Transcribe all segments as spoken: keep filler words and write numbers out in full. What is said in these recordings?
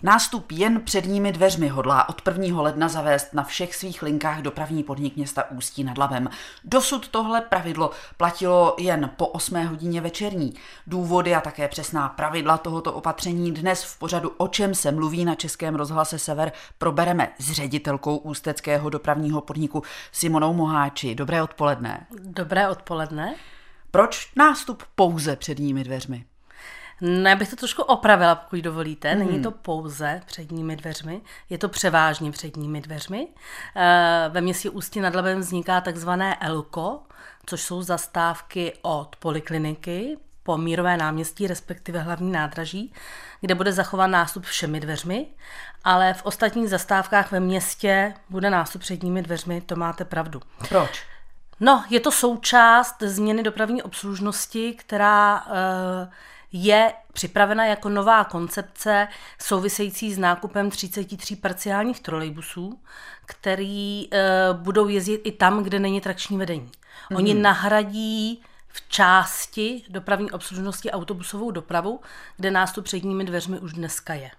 Nástup jen předními dveřmi hodlá od prvního ledna zavést na všech svých linkách dopravní podnik města Ústí nad Labem. Dosud tohle pravidlo platilo jen po osmé hodině večerní. Důvody a také přesná pravidla tohoto opatření dnes v pořadu O čem se mluví na Českém rozhlase Sever probereme s ředitelkou ústeckého dopravního podniku Simonou Moháči. Dobré odpoledne. Dobré odpoledne. Proč nástup pouze předními dveřmi? No, já bych to trošku opravila, pokud dovolíte. Není to pouze předními dveřmi, je to převážně předními dveřmi. Ve městě Ústí nad Labem vzniká takzvané ELKO, což jsou zastávky od polikliniky po Mírové náměstí, respektive hlavní nádraží, kde bude zachován nástup všemi dveřmi, ale v ostatních zastávkách ve městě bude nástup předními dveřmi, to máte pravdu. Proč? No, je to součást změny dopravní obslužnosti, která je připravena jako nová koncepce související s nákupem třicet tři parciálních trolejbusů, který e, budou jezdit i tam, kde není trakční vedení. Mm-hmm. Oni nahradí v části dopravní obslužnosti autobusovou dopravu, kde nástup předními dveřmi už dneska je.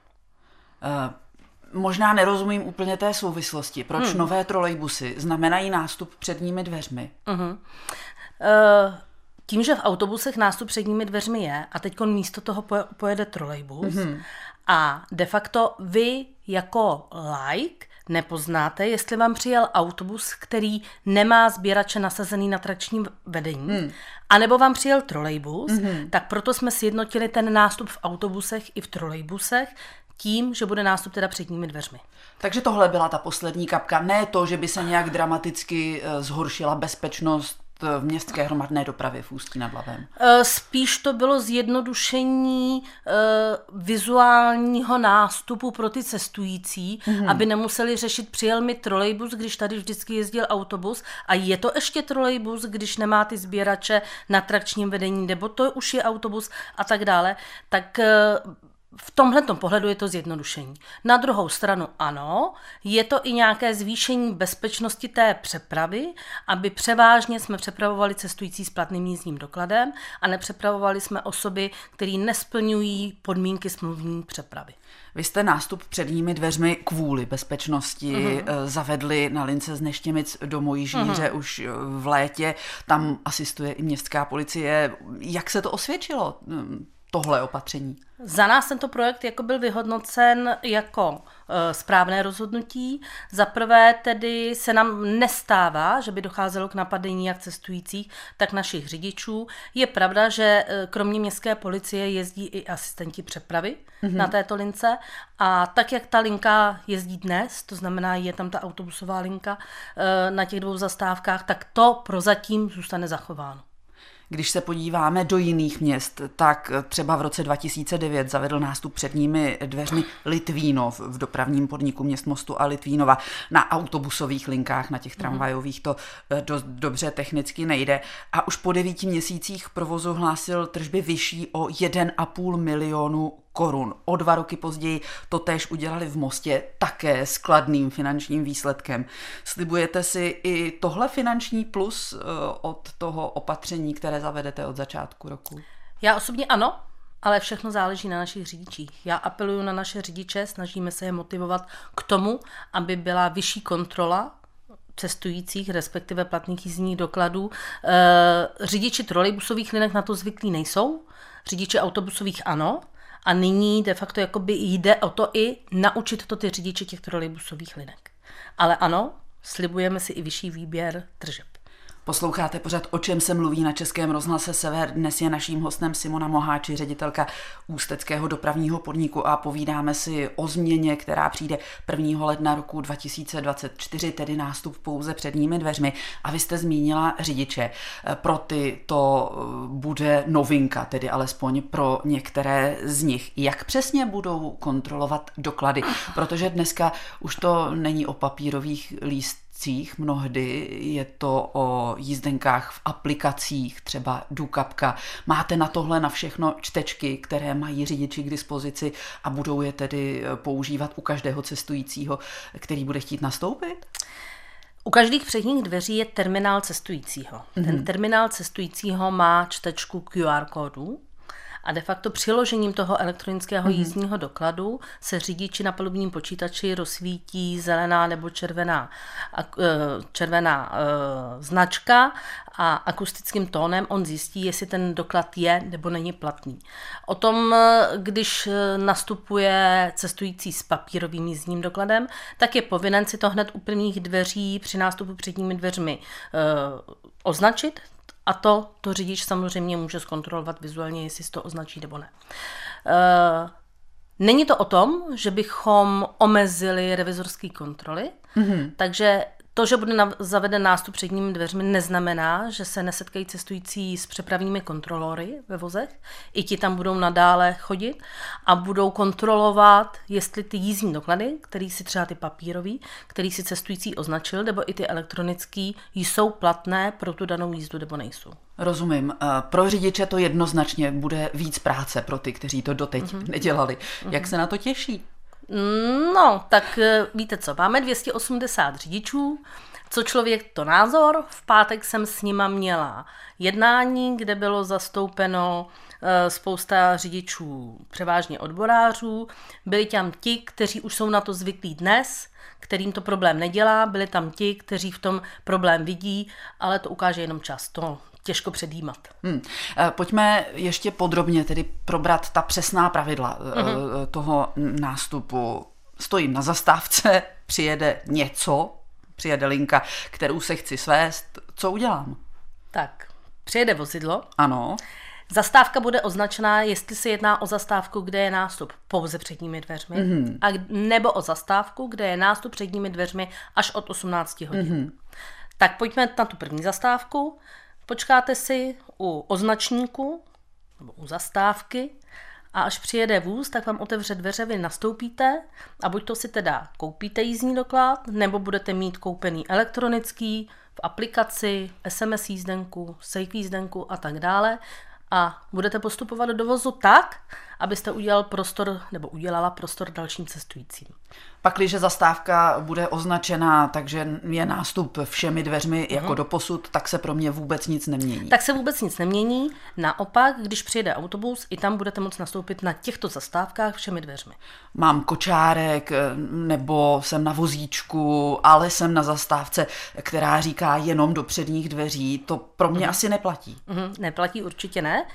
Uh, možná nerozumím úplně té souvislosti. Proč hmm. nové trolejbusy znamenají nástup předními dveřmi? Uh-huh. Uh, Tím, že v autobusech nástup předními dveřmi je a teď místo toho pojede trolejbus mm-hmm. a de facto vy jako laik nepoznáte, jestli vám přijel autobus, který nemá sběrače nasazený na trakčním vedení, mm. anebo vám přijel trolejbus, mm-hmm. tak proto jsme sjednotili ten nástup v autobusech i v trolejbusech tím, že bude nástup teda předními dveřmi. Takže tohle byla ta poslední kapka, ne to, že by se nějak dramaticky zhoršila bezpečnost v městské hromadné dopravě v Ústí nad Labem? Spíš to bylo zjednodušení uh, vizuálního nástupu pro ty cestující, mm-hmm. aby nemuseli řešit, přijel mi trolejbus, když tady vždycky jezdil autobus a je to ještě trolejbus, když nemá ty sběrače na trakčním vedení, nebo to už je autobus a tak dále. Tak uh, v tomhletom pohledu je to zjednodušení. Na druhou stranu ano, je to i nějaké zvýšení bezpečnosti té přepravy, aby převážně jsme přepravovali cestující s platným jízdním dokladem a nepřepravovali jsme osoby, které nesplňují podmínky smluvní přepravy. Vy jste nástup předními dveřmi kvůli bezpečnosti uh-huh. zavedli na lince z Neštěmic do Mojžíře uh-huh. už v létě. Tam asistuje i městská policie. Jak se to osvědčilo, tohle opatření? Za nás tento projekt jako byl vyhodnocen jako e, správné rozhodnutí. Za prvé tedy se nám nestává, že by docházelo k napadení jak cestujících, tak našich řidičů. Je pravda, že e, kromě městské policie jezdí i asistenti přepravy mm-hmm. na této lince a tak, jak ta linka jezdí dnes, to znamená, je tam ta autobusová linka e, na těch dvou zastávkách, tak to prozatím zůstane zachováno. Když se podíváme do jiných měst, tak třeba v roce dva tisíce devět zavedl nástup předními dveřmi Litvínov v dopravním podniku Měst Mostu a Litvínova. Na autobusových linkách, na těch tramvajových to dost dobře technicky nejde. A už po devíti měsících provozu hlásil tržby vyšší o jeden a půl milionu korun. O dva roky později to též udělali v Mostě, také s kladným finančním výsledkem. Slibujete si i tohle finanční plus od toho opatření, které zavedete od začátku roku? Já osobně ano, ale všechno záleží na našich řidičích. Já apeluju na naše řidiče, snažíme se je motivovat k tomu, aby byla vyšší kontrola cestujících, respektive platných jízdních dokladů. E, řidiči trolejbusových linek na to zvyklí nejsou, řidiči autobusových ano, a nyní de facto jakoby jde o to i naučit to ty řidiče těch trolejbusových linek. Ale ano, slibujeme si i vyšší výběr tržeb. Posloucháte pořad O čem se mluví na Českém rozhlase Sever. Dnes je naším hostem Simona Moháči, ředitelka ústeckého dopravního podniku a povídáme si o změně, která přijde prvního ledna roku dva tisíce dvacet čtyři, tedy nástup pouze předními dveřmi. A vy jste zmínila řidiče. Pro ty to bude novinka, tedy alespoň pro některé z nich. Jak přesně budou kontrolovat doklady? Protože dneska už to není o papírových lístkách, mnohdy je to o jízdenkách v aplikacích, třeba Dukapka. Máte na tohle na všechno čtečky, které mají řidiči k dispozici a budou je tedy používat u každého cestujícího, který bude chtít nastoupit? U každých předních dveří je terminál cestujícího. Mm-hmm. Ten terminál cestujícího má čtečku Q R kódu A de facto přiložením toho elektronického mm-hmm. jízdního dokladu se řidiči na palubním počítači rozsvítí zelená nebo červená, červená značka a akustickým tónem on zjistí, jestli ten doklad je nebo není platný. O tom, když nastupuje cestující s papírovým jízdním dokladem, tak je povinen si to hned u prvních dveří při nástupu předními dveřmi uh, označit a to, to řidič samozřejmě může zkontrolovat vizuálně, jestli si to označí nebo ne. Uh, není to o tom, že bychom omezili revizorské kontroly, mm-hmm. takže to, že bude zaveden nástup předními dveřmi, neznamená, že se nesetkají cestující s přepravními kontrolory ve vozech. I ti tam budou nadále chodit a budou kontrolovat, jestli ty jízdní doklady, který si třeba ty papírový, který si cestující označil, nebo i ty elektronický, jsou platné pro tu danou jízdu, nebo nejsou. Rozumím. Pro řidiče to jednoznačně bude víc práce pro ty, kteří to doteď mm-hmm. nedělali. Jak mm-hmm. se na to těší? No, tak víte co, máme dvě stě osmdesát řidičů, co člověk to názor, v pátek jsem s nima měla jednání, kde bylo zastoupeno spousta řidičů, převážně odborářů, byli tam ti, kteří už jsou na to zvyklí dnes, kterým to problém nedělá, byli tam ti, kteří v tom problém vidí, ale to ukáže jenom čas, to těžko předjímat. Hmm. Pojďme ještě podrobně tedy probrat ta přesná pravidla mm-hmm. toho nástupu. Stojím na zastávce, přijede něco, přijede linka, kterou se chci svést. Co udělám? Tak, přijede vozidlo. Ano. Zastávka bude označená, jestli se jedná o zastávku, kde je nástup pouze předními dveřmi, mm-hmm. a nebo o zastávku, kde je nástup předními dveřmi až od osmnácti hodin. Mm-hmm. Tak pojďme na tu první zastávku. Počkáte si u označníku nebo u zastávky a až přijede vůz, tak vám otevře dveře, vy nastoupíte a buď to si teda koupíte jízdní doklad, nebo budete mít koupený elektronický v aplikaci, es em es jízdenku, safe jízdenku a tak dále a budete postupovat do vozu tak, abyste udělal prostor nebo udělala prostor dalším cestujícím. Pakliže zastávka bude označená, takže je nástup všemi dveřmi jako mm. doposud, tak se pro mě vůbec nic nemění. Tak se vůbec nic nemění. Naopak, když přijede autobus, i tam budete moct nastoupit na těchto zastávkách všemi dveřmi. Mám kočárek nebo jsem na vozíčku, ale jsem na zastávce, která říká jenom do předních dveří. To pro mě mm. asi neplatí. Mm, neplatí, určitě ne.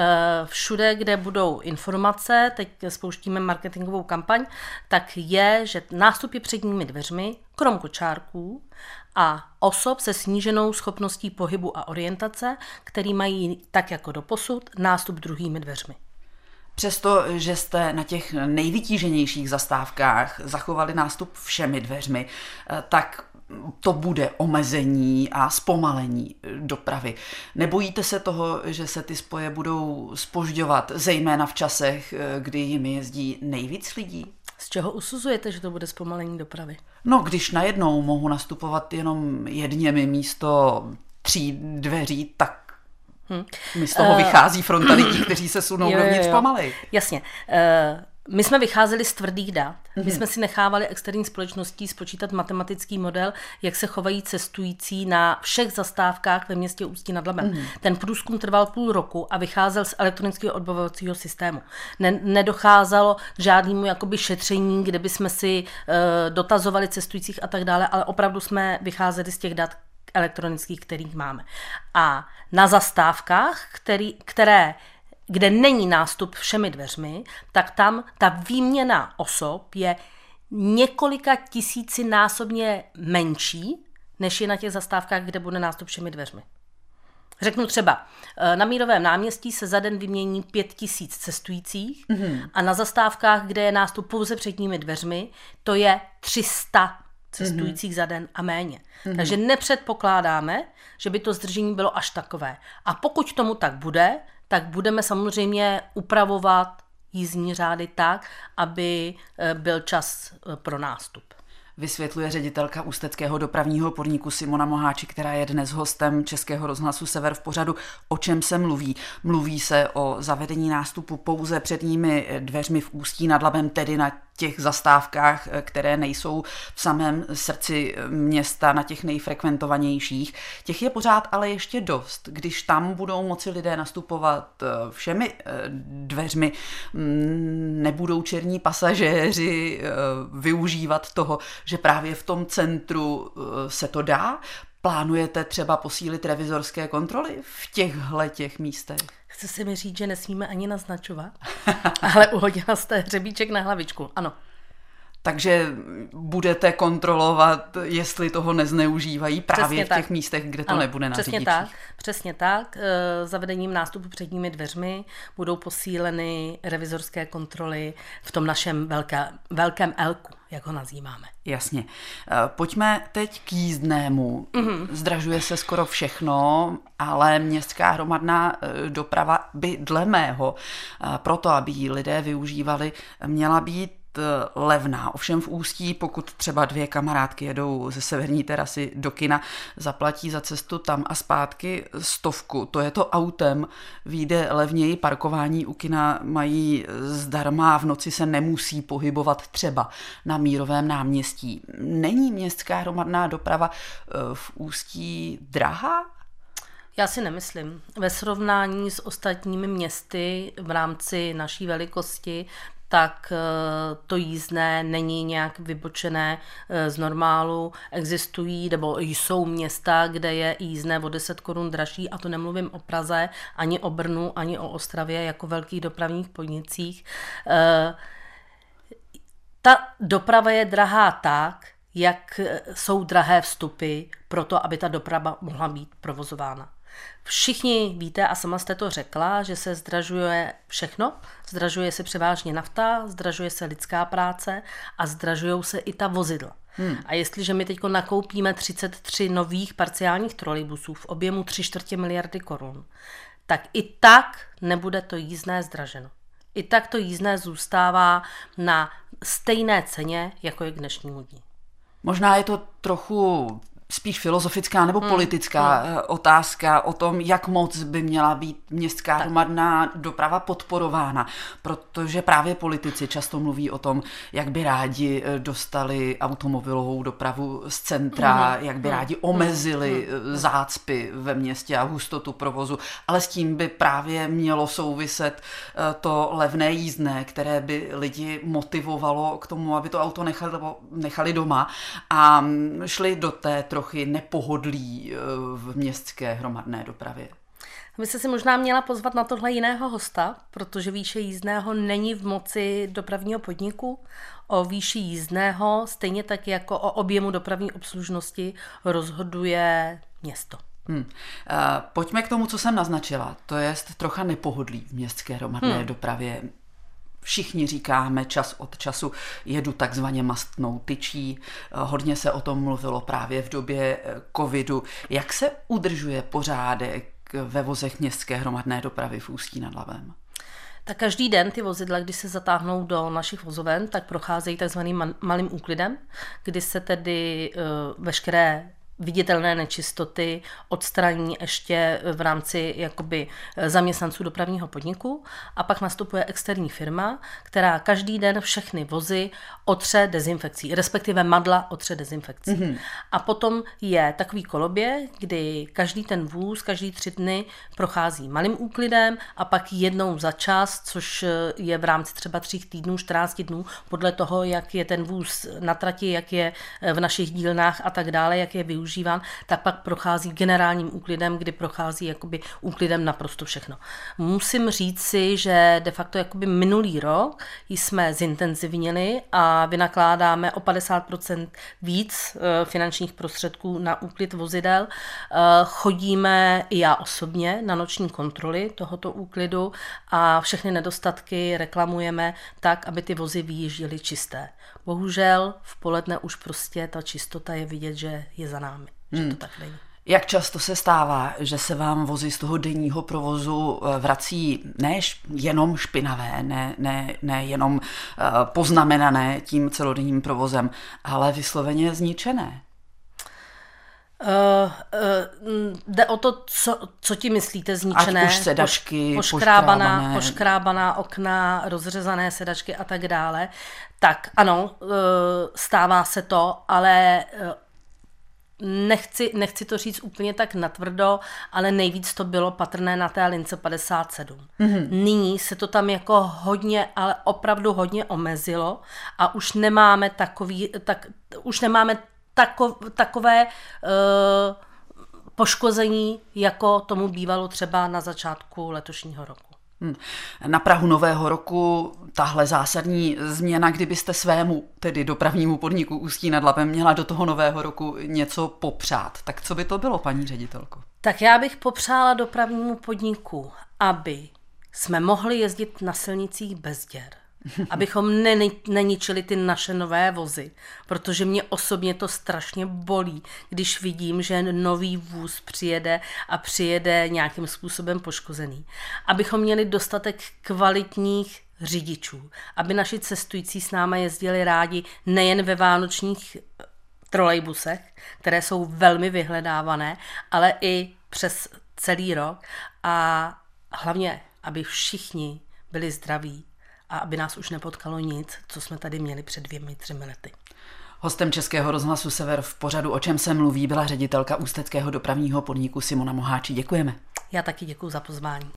Všude, kde budou informace, teď spouštíme marketingovou kampaň, tak je, že nástup je předními dveřmi, krom kočárků a osob se sníženou schopností pohybu a orientace, který mají tak jako doposud nástup druhými dveřmi. Přesto, že jste na těch nejvytíženějších zastávkách zachovali nástup všemi dveřmi, tak to bude omezení a zpomalení dopravy. Nebojíte se toho, že se ty spoje budou zpožďovat, zejména v časech, kdy jimi jezdí nejvíc lidí? Z čeho usuzujete, že to bude zpomalení dopravy? No, když najednou mohu nastupovat jenom jedněmi místo tří dveří, tak hmm. mi z toho uh, vychází fronta lidí, kteří se sunou dovnitř pomalej. Jasně. Uh, My jsme vycházeli z tvrdých dat. My jsme si nechávali externí společností spočítat matematický model, jak se chovají cestující na všech zastávkách ve městě Ústí nad Labem. Mm. Ten průzkum trval půl roku a vycházel z elektronického odbavovacího systému. Ne, nedocházelo k žádnému jakoby šetření, kde bychom si uh, dotazovali cestujících a tak dále, ale opravdu jsme vycházeli z těch dat elektronických, kterých máme. A na zastávkách, který, které kde není nástup všemi dveřmi, tak tam ta výměna osob je několika tisícinásobně menší, než je na těch zastávkách, kde bude nástup všemi dveřmi. Řeknu třeba, na Mírovém náměstí se za den vymění pět tisíc cestujících mm-hmm. a na zastávkách, kde je nástup pouze předními dveřmi, to je tři sta cestujících mm-hmm. za den a méně. Mm-hmm. Takže nepředpokládáme, že by to zdržení bylo až takové. A pokud tomu tak bude, tak budeme samozřejmě upravovat jízdní řády tak, aby byl čas pro nástup. Vysvětluje ředitelka ústeckého dopravního podniku Simona Moháček, která je dnes hostem Českého rozhlasu Sever v pořadu O čem se mluví. Mluví se o zavedení nástupu pouze předními dveřmi v Ústí nad Labem, tedy na těch zastávkách, které nejsou v samém srdci města, na těch nejfrekventovanějších. Těch je pořád ale ještě dost. Když tam budou moci lidé nastupovat všemi dveřmi, nebudou černí pasažéři využívat toho, že právě v tom centru se to dá. Plánujete třeba posílit revizorské kontroly v těchhle těch místech? Chce se mi říct, že nesmíme ani naznačovat, ale uhodila jste hřebíček na hlavičku, ano. Takže budete kontrolovat, jestli toho nezneužívají právě přesně v těch tak. místech, kde to ano, nebude na přesně řidičích. tak, přesně tak. Zavedením nástupu předními dveřmi budou posíleny revizorské kontroly v tom našem velké, velkém elku, jak ho nazýváme. Jasně. Pojďme teď k jízdnému. Mm-hmm. Zdražuje se skoro všechno, ale městská hromadná doprava by dle mého, proto aby ji lidé využívali, měla být levná. Ovšem v Ústí, pokud třeba dvě kamarádky jedou ze severní terasy do kina, zaplatí za cestu tam a zpátky stovku. To je to autem, vyjde levněji, parkování u kina mají zdarma a v noci se nemusí pohybovat třeba na Mírovém náměstí. Není městská hromadná doprava v Ústí drahá? Já si nemyslím. Ve srovnání s ostatními městy v rámci naší velikosti tak to jízdné není nějak vybočené z normálu. Existují, nebo jsou města, kde je jízdné o deset korun dražší, a to nemluvím o Praze, ani o Brnu, ani o Ostravě, jako velkých dopravních podnicích. Ta doprava je drahá tak, jak jsou drahé vstupy pro to, aby ta doprava mohla být provozována. Všichni víte, a sama jste to řekla, že se zdražuje všechno. Zdražuje se převážně nafta, zdražuje se lidská práce a zdražují se i ta vozidla. Hmm. A jestliže my teď nakoupíme třicet tři nových parciálních trolejbusů v objemu tři čtvrtě miliardy korun, tak i tak nebude to jízdné zdraženo. I tak to jízdné zůstává na stejné ceně, jako je k dnešnímu dní. Možná je to trochu spíš filozofická nebo politická hmm. otázka o tom, jak moc by měla být městská tak. hromadná doprava podporována, protože právě politici často mluví o tom, jak by rádi dostali automobilovou dopravu z centra, hmm. jak by rádi omezili hmm. zácpy ve městě a hustotu provozu, ale s tím by právě mělo souviset to levné jízdné, které by lidi motivovalo k tomu, aby to auto nechali, nechali doma a šli do té trochy nepohodlí v městské hromadné dopravě. Vy jste si možná měla pozvat na tohle jiného hosta, protože výše jízdného není v moci dopravního podniku. O výši jízdného, stejně tak jako o objemu dopravní obslužnosti, rozhoduje město. Hmm. Pojďme k tomu, co jsem naznačila. To je trocha nepohodlí v městské hromadné hmm. dopravě. Všichni říkáme čas od času, jedu takzvaně mastnou tyčí. Hodně se o tom mluvilo právě v době covidu. Jak se udržuje pořádek ve vozech městské hromadné dopravy v Ústí nad Labem? Tak každý den ty vozidla, když se zatáhnou do našich vozoven, tak procházejí takzvaným malým úklidem, kdy se tedy uh, veškeré viditelné nečistoty odstraní ještě v rámci jakoby zaměstnanců dopravního podniku, a pak nastupuje externí firma, která každý den všechny vozy otře dezinfekcí, respektive madla otře dezinfekcí. Mm-hmm. A potom je takový koloběh, kdy každý ten vůz, každý tři dny prochází malým úklidem a pak jednou za čas, což je v rámci třeba tří týdnů, čtrnácti dnů, podle toho, jak je ten vůz na trati, jak je v našich dílnách a tak dále, jak je využíván, tak pak prochází generálním úklidem, kdy prochází jakoby úklidem naprosto všechno. Musím říct si, že de facto jakoby minulý rok jsme zintenzivnili a vynakládáme o padesát procent víc finančních prostředků na úklid vozidel. Chodíme i já osobně na noční kontroly tohoto úklidu a všechny nedostatky reklamujeme tak, aby ty vozy vyjížděly čisté. Bohužel v poledne už prostě ta čistota je vidět, že je za námi. Že to tak není. Jak často se stává, že se vám vozy z toho denního provozu vrací ne jenom špinavé, ne, ne, ne jenom poznamenané tím celodenním provozem, ale vysloveně zničené? Uh, uh, jde o to, co, co ti myslíte zničené. Ať už sedačky, poškrábaná, poškrábané. poškrábaná okna, rozřezané sedačky a tak dále. Tak ano, uh, stává se to, ale uh, Nechci, nechci to říct úplně tak natvrdo, ale nejvíc to bylo patrné na té lince padesát sedm. Mm-hmm. Nyní se to tam jako hodně, ale opravdu hodně omezilo a už nemáme takový, tak, už nemáme tako, takové uh, poškození, jako tomu bývalo třeba na začátku letošního roku. Na prahu nového roku tahle zásadní změna, kdybyste svému, tedy dopravnímu podniku Ústí nad Labem, měla do toho nového roku něco popřát, tak co by to bylo, paní ředitelko? Tak já bych popřála dopravnímu podniku, aby jsme mohli jezdit na silnicích bez děr. Abychom neničili ty naše nové vozy, protože mě osobně to strašně bolí, když vidím, že nový vůz přijede a přijede nějakým způsobem poškozený. Abychom měli dostatek kvalitních řidičů, aby naši cestující s námi jezdili rádi nejen ve vánočních trolejbusech, které jsou velmi vyhledávané, ale i přes celý rok a hlavně, aby všichni byli zdraví a aby nás už nepotkalo nic, co jsme tady měli před dvěmi, třemi lety. Hostem Českého rozhlasu Sever v pořadu O čem se mluví byla ředitelka Ústeckého dopravního podniku Simona Moháči. Děkujeme. Já taky děkuji za pozvání.